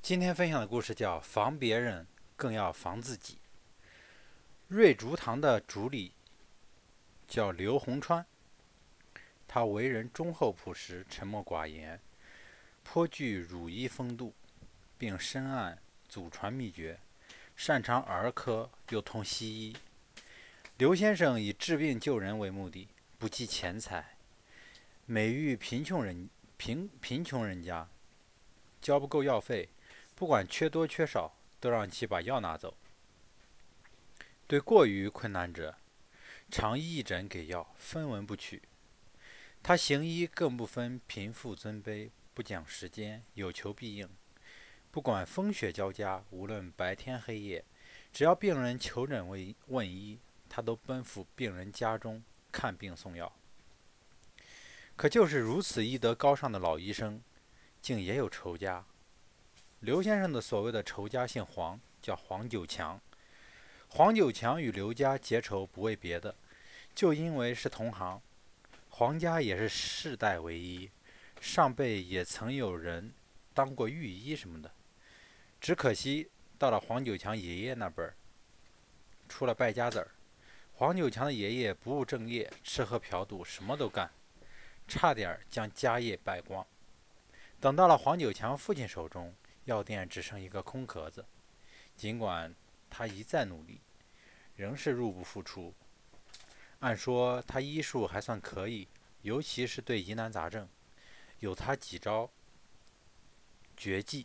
今天分享的故事叫防别人更要防自己。瑞竹堂的主理叫刘洪川，他为人忠厚朴实，沉默寡言，颇具儒医风度，并深谙祖传秘诀，擅长儿科又通西医。刘先生以治病救人为目的，不计钱财，每遇贫穷人家交不够药费，不管缺多缺少，都让其把药拿走。对过于困难者，常义诊给药，分文不取。他行医更不分贫富尊卑，不讲时间，有求必应。不管风雪交加，无论白天黑夜，只要病人求诊问医，他都奔赴病人家中看病送药。可就是如此医德高尚的老医生，竟也有仇家。刘先生的所谓的仇家姓黄，叫黄九强。黄九强与刘家结仇不为别的，就因为是同行。黄家也是世代为医，上辈也曾有人当过御医什么的。只可惜到了黄九强爷爷那辈儿，出了败家子儿。黄九强的爷爷不务正业，吃喝嫖赌什么都干，差点将家业败光。等到了黄九强父亲手中，药店只剩一个空壳子。尽管他一再努力，仍是入不敷出。按说他医术还算可以，尤其是对疑难杂症，有他几招绝技。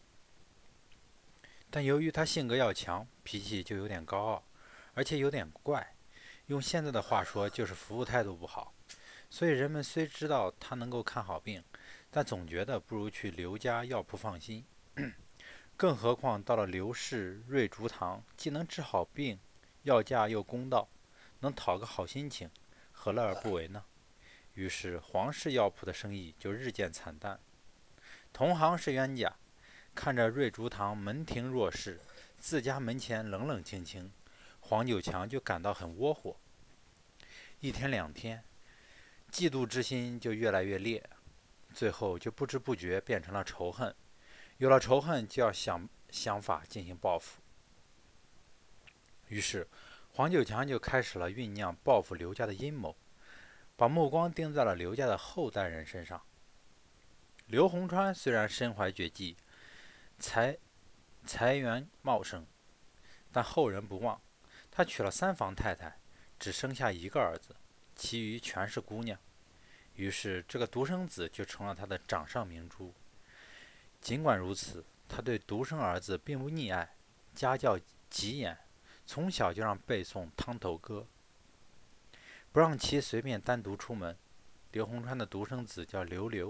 但由于他性格要强，脾气就有点高傲，而且有点怪，用现在的话说就是服务态度不好。所以人们虽知道他能够看好病，但总觉得不如去刘家药铺放心。更何况到了刘氏瑞竹堂，既能治好病，药价又公道，能讨个好心情，何乐而不为呢？于是黄氏药铺的生意就日渐惨淡。同行是冤家，看着瑞竹堂门庭若市，自家门前冷冷清清，黄九强就感到很窝火。一天两天，嫉妒之心就越来越烈，最后就不知不觉变成了仇恨。有了仇恨，就要想法进行报复。于是黄九强就开始了酝酿报复刘家的阴谋，把目光盯在了刘家的后代人身上。刘洪川虽然身怀绝技，财源茂盛，但后人不忘，他娶了3房太太，只生下1个儿子，其余全是姑娘。于是这个独生子就成了他的掌上明珠。尽管如此，他对独生儿子并不溺爱，家教极严，从小就让背诵汤头歌，不让其随便单独出门。刘洪川的独生子叫刘刘，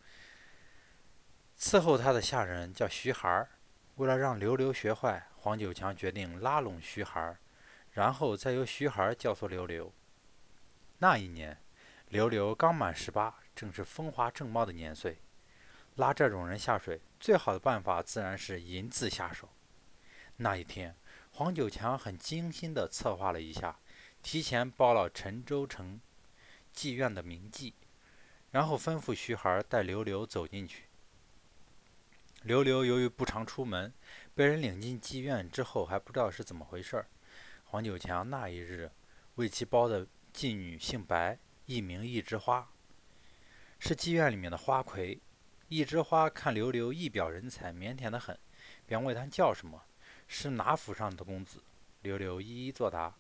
伺候他的下人叫徐孩。为了让刘刘学坏，黄九强决定拉拢徐孩，然后再由徐孩教唆刘刘。那一年，刘刘刚满18，正是风华正茂的年岁。拉这种人下水，最好的办法自然是银子下手。那一天，黄九强很精心地策划了一下，提前包了陈州城妓院的名妓，然后吩咐徐孩带刘刘走进去。刘刘由于不常出门，被人领进妓院之后还不知道是怎么回事。黄九强那一日为其包的妓女姓白，艺名一枝花，是妓院里面的花魁。一枝花看刘刘一表人才，腼腆得很，便问他叫什么，是哪府上的公子。刘刘一一作答。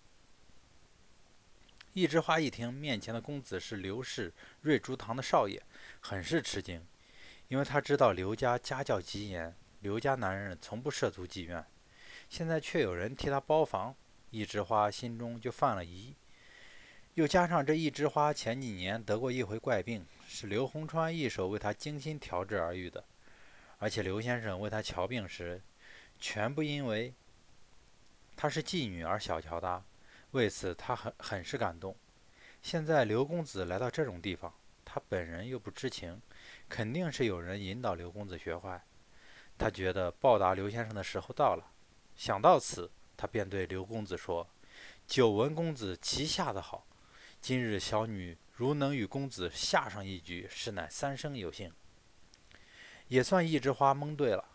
一枝花一听面前的公子是刘氏瑞竹堂的少爷，很是吃惊，因为他知道刘家家教极严，刘家男人从不涉足妓院，现在却有人替他包房，一枝花心中就犯了疑。又加上这一枝花前几年得过一回怪病，是刘洪川一手为他精心调治而愈的，而且刘先生为他瞧病时，全不因为她是妓女而小瞧她，为此他很是感动。现在刘公子来到这种地方，他本人又不知情，肯定是有人引导刘公子学坏。他觉得报答刘先生的时候到了，想到此，他便对刘公子说：“久闻公子棋下的好，今日小女如能与公子下上一局，实乃3生有幸。”也算一枝花蒙对了，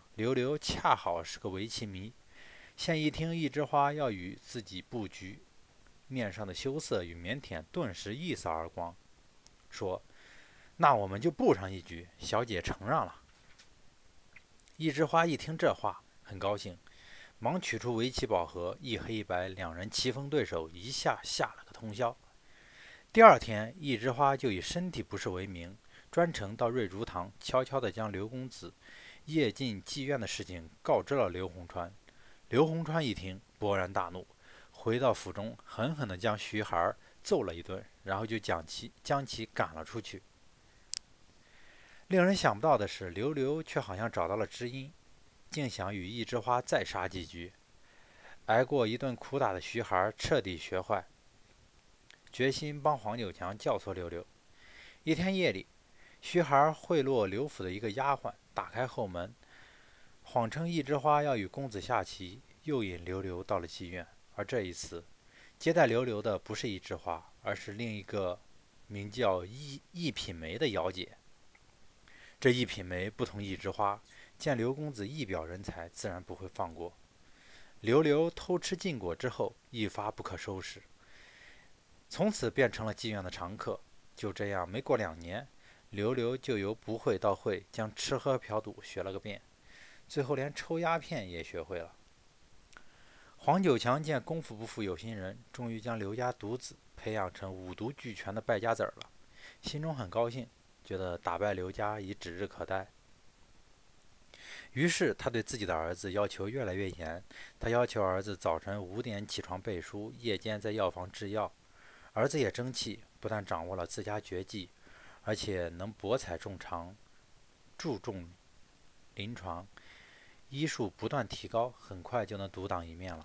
刘刘恰好是个围棋迷，现一听一枝花要与自己布局，面上的羞涩与腼腆顿时一扫而光，说：“那我们就布上一局，小姐承让了。”一枝花一听这话，很高兴，忙取出围棋宝盒，一黑一白两人棋逢对手，一下下了个通宵。第二天，一枝花就以身体不适为名，专程到瑞竹堂，悄悄地将刘公子夜进妓院的事情告知了刘洪川。刘洪川一听，勃然大怒，回到府中，狠狠地将徐孩揍了一顿，然后就将其赶了出去。令人想不到的是，刘刘却好像找到了知音，竟想与一枝花再杀几局。挨过一顿苦打的徐孩彻底学坏，决心帮黄九强教唆刘刘。一天夜里，徐孩贿赂刘府的一个丫鬟，打开后门，谎称一枝花要与公子下棋，诱引刘刘到了妓院。而这一次，接待刘刘的不是一枝花，而是另一个名叫一品梅的妖姐。这一品梅不同一枝花，见刘公子一表人才，自然不会放过。刘刘偷吃禁果之后，一发不可收拾，从此变成了妓院的常客。就这样，没过2年，刘刘就由不会到会，将吃喝嫖赌学了个遍，最后连抽鸦片也学会了。黄九强见功夫不负有心人，终于将刘家独子培养成五毒俱全的败家子儿了，心中很高兴，觉得打败刘家已指日可待。于是他对自己的儿子要求越来越严，他要求儿子早晨5点起床背书，夜间在药房制药。儿子也争气，不但掌握了自家绝技，而且能博采众长，注重临床，医术不断提高，很快就能独当一面了。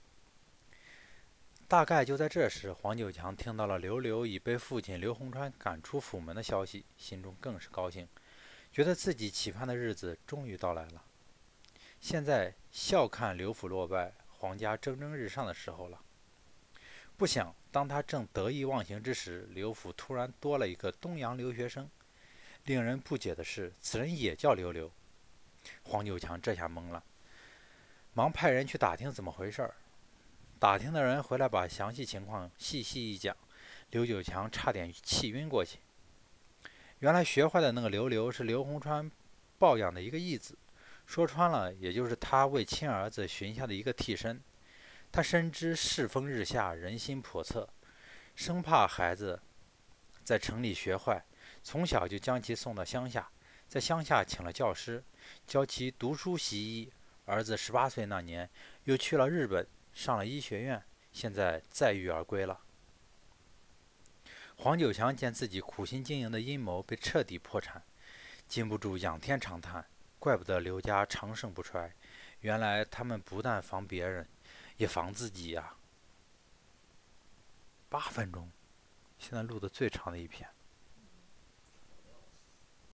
大概就在这时，黄九强听到了刘刘已被父亲刘洪川赶出府门的消息，心中更是高兴，觉得自己期盼的日子终于到来了。现在笑看刘府落败，皇家蒸蒸日上的时候了。不想，当他正得意忘形之时，刘府突然多了一个东洋留学生。令人不解的是，此人也叫刘刘。黄九强这下懵了，忙派人去打听怎么回事。打听的人回来把详细情况细细一讲，刘九强差点气晕过去。原来学坏的那个刘刘是刘洪川抱养的一个义子，说穿了，也就是他为亲儿子寻下的一个替身。他深知世风日下，人心叵测，生怕孩子在城里学坏，从小就将其送到乡下，在乡下请了教师，教其读书习医。儿子18岁那年，又去了日本，上了医学院，现在载誉而归了。黄九强见自己苦心经营的阴谋被彻底破产，禁不住仰天长叹，怪不得刘家长盛不衰，原来他们不但防别人，也防自己呀。8分钟，现在录的最长的一篇。